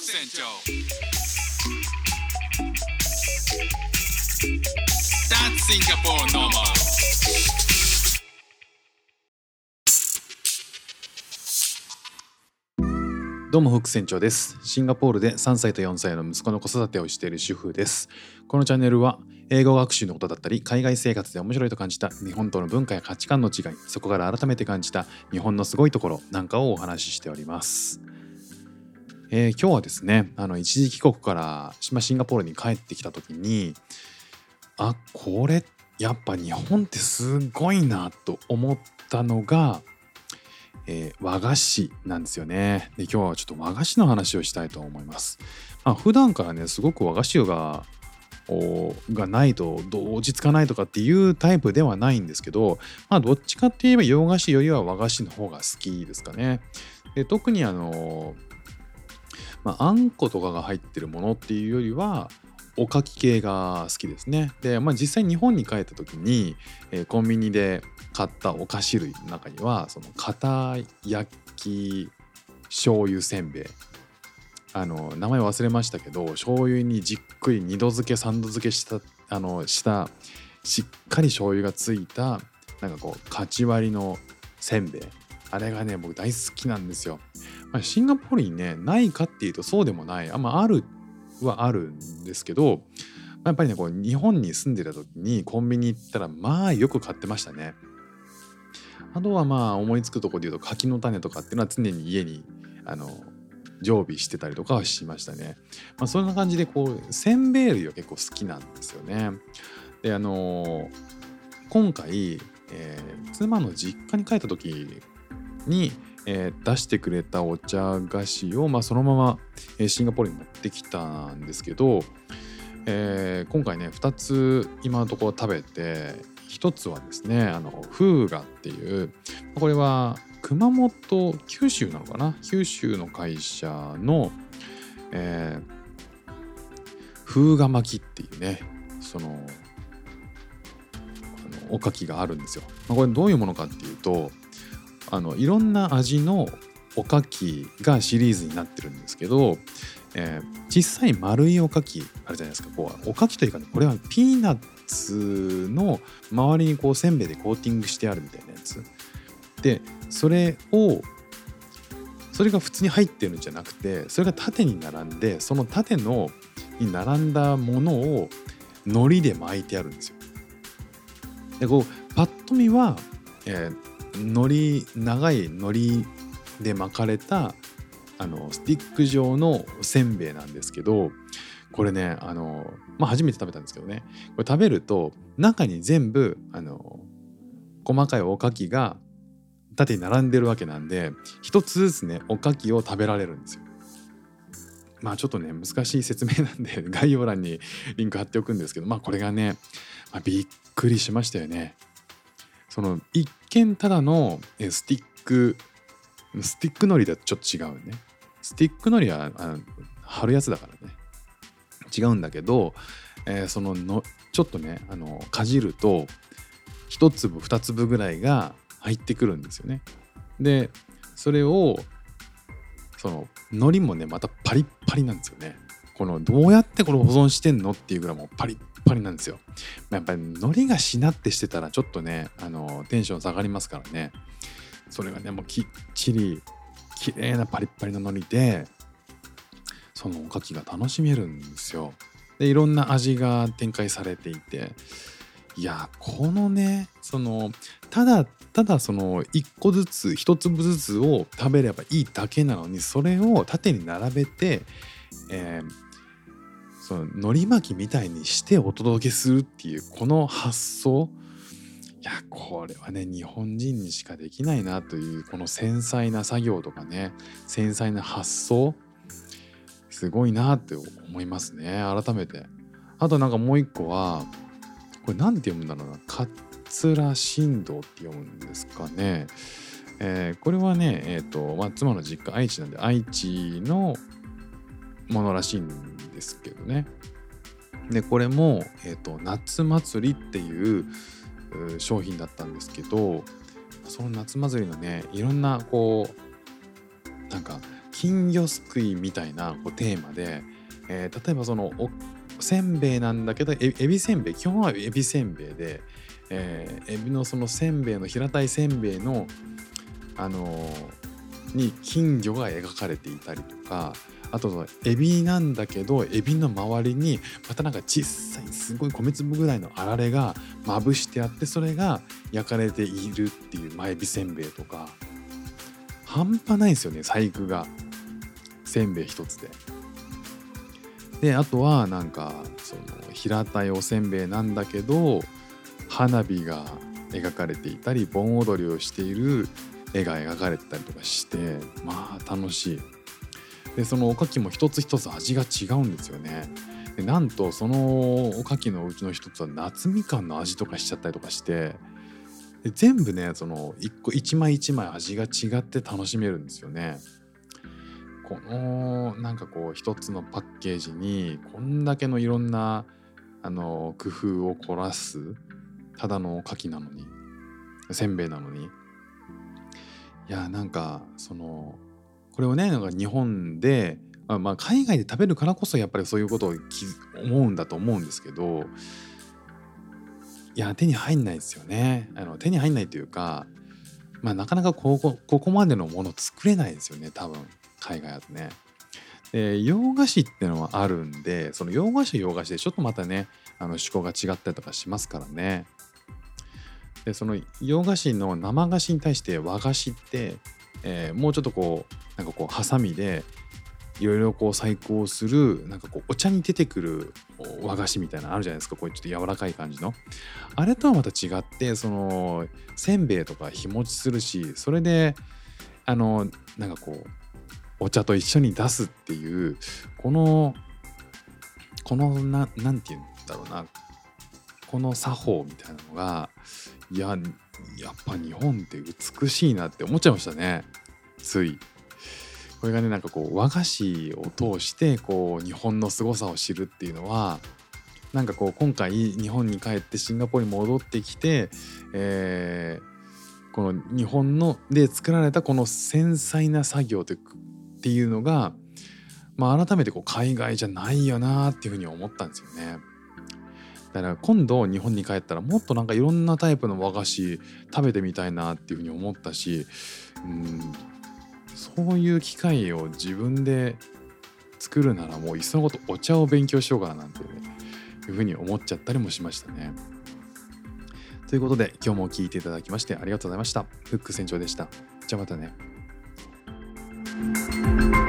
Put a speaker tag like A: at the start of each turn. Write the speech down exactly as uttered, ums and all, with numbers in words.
A: 船長 That's Singapore normal。
B: どうもフック船長です。シンガポールでさんさいとよんさいの息子の子育てをしている主婦です。このチャンネルは英語学習のことだったり、海外生活で面白いと感じた日本との文化や価値観の違い、そこから改めて感じた日本のすごいところなんかをお話ししております。えー、今日はですね、あの一時帰国からシンガポールに帰ってきた時に、あ、これやっぱ日本ってすごいなと思ったのが、えー、和菓子なんですよね。で、今日はちょっと和菓子の話をしたいと思います。まあ、普段からね、すごく和菓子ががないと落ち着かないとかっていうタイプではないんですけど、まあ、どっちかって言えば洋菓子よりは和菓子の方が好きですかね。で、特にあの、まあ、あんことかが入ってるものっていうよりはおかき系が好きですね。で、まあ、実際日本に帰った時に、えー、コンビニで買ったお菓子類の中にはその片焼き醤油せんべい、あの名前忘れましたけど、醤油にじっくりにど漬けさんど漬けしたあのしたしっかり醤油がついたなんかこうかち割りのせんべい、あれがね僕大好きなんですよ。まあ、シンガポールにねないかっていうとそうでもない、あ、まあ、あるはあるんですけど、やっぱりねこう日本に住んでた時にコンビニ行ったらまあよく買ってましたね。あとはまあ思いつくところで言うと柿の種とかっていうのは常に家にあの常備してたりとかはしましたね。まあ、そんな感じでこうせんべい類は結構好きなんですよね。で、あのー、今回、えー、妻の実家に帰った時に、えー、出してくれたお茶菓子を、まあ、そのまま、えー、シンガポールに持ってきたんですけど、えー、今回ねふたつ今のところ食べて、ひとつはですねあのフーガっていう、これは熊本九州なのかな、九州の会社の、えー、フーガ巻きっていうねそのあのおかきがあるんですよ。まあ、これどういうものかっていうと、あのいろんな味のおかきがシリーズになってるんですけど、えー、小さい丸いおかきあるじゃないですか。こうおかきというか、ね、これはピーナッツの周りにこうせんべいでコーティングしてあるみたいなやつで、それをそれが普通に入ってるんじゃなくて、それが縦に並んで、その縦のに並んだものを海苔で巻いてあるんですよ。でこうパッと見は、えー、海苔長い海苔で巻かれたあのスティック状のせんべいなんですけど、これねあの、まあ、初めて食べたんですけどね、これ食べると中に全部あの細かいおかきが縦に並んでるわけなんで、一つずつねおかきを食べられるんですよ。まあちょっとね難しい説明なんで概要欄にリンク貼っておくんですけど、まあこれがね、まあ、びっくりしましたよね。その一見ただのスティックスティック海苔だとちょっと違うね。スティック海苔はあの貼るやつだからね違うんだけど、えー、そののちょっとねあのかじると一粒二粒ぐらいが入ってくるんですよね。でそれをその海苔もねまたパリッパリなんですよね。このどうやってこれ保存してんのっていうぐらいもうパリッパリなんですよ。やっぱり海苔がしなってしてたらちょっとねあのテンション下がりますからね。それがねもうきっちり綺麗なパリッパリの海苔でそのおかきが楽しめるんですよ。でいろんな味が展開されていて、いやこのねそのただただその一個ずつ一粒ずつを食べればいいだけなのに、それを縦に並べて、えー、その海苔巻きみたいにしてお届けするっていうこの発想、いやこれはね日本人にしかできないなという、この繊細な作業とかね繊細な発想すごいなって思いますね、改めて。あとなんかもう一個はこれなんて読むんだろうな、桂新道って読むんですかね。えー、これはねえっ、ー、と、まあ、妻の実家愛知なんで愛知のものらしいんですけどね。でこれも、えーと、夏祭りっていう商品だったんですけど、その夏祭りのねいろんなこうなんか金魚すくいみたいなこうテーマで、えー例えばそのおせんべいなんだけどえエビせんべい、基本はエビせんべいで、えーエビのそのせんべいの平たいせんべいのあのーに金魚が描かれていたりとか、あとそのエビなんだけどエビの周りにまたなんか小さいすごい米粒ぐらいのあられがまぶしてあって、それが焼かれているっていう、まあ、エビせんべいとか半端ないですよね、細工がせんべい一つで。であとはなんかその平たいおせんべいなんだけど花火が描かれていたり盆踊りをしている絵が描かれてたりとかして、まあ楽しい。でそのおかきも一つ一つ味が違うんですよね。でなんとそのおかきのうちの一つは夏みかんの味とかしちゃったりとかして、で全部ねその一個一枚一枚味が違って楽しめるんですよね。このなんかこう一つのパッケージにこんだけのいろんなあの工夫を凝らす、ただのおかきなのにせんべいなのに、いやなんかそのこれをねなんか日本でまあまあ海外で食べるからこそやっぱりそういうことを気づ思うんだと思うんですけど、いや手に入んないですよね。あの手に入んないというか、まあなかなかここここまでのもの作れないですよね多分海外だとね。で洋菓子ってのはあるんで、その洋菓子は洋菓子でちょっとまたねあの趣向が違ったりとかしますからね。でその洋菓子の生菓子に対して和菓子って、えーもうちょっとこうなんかこうハサミでいろいろこう細工をする、なんかこうお茶に出てくる和菓子みたいなのあるじゃないですか。こうちょっと柔らかい感じのあれとはまた違って、そのせんべいとか日持ちするし、それであのなんかこうお茶と一緒に出すっていうこのこのななんて言うんだろうな、この作法みたいなのが、いややっぱ日本って美しいなって思っちゃいましたね。ついこれがねなんかこう和菓子を通してこう日本の凄さを知るっていうのは、なんかこう今回日本に帰ってシンガポールに戻ってきて、えーこの日本ので作られたこの繊細な作業っていうのが、まあ、改めてこう海外じゃないよなっていうふうに思ったんですよね。だから今度日本に帰ったらもっとなんかいろんなタイプの和菓子食べてみたいなっていうふうに思ったし、うん、そういう機会を自分で作るならもういっそのことお茶を勉強しようかななんて、ね、いうふうに思っちゃったりもしましたね。ということで今日も聞いていただきましてありがとうございました。フック船長でした。じゃあまたね。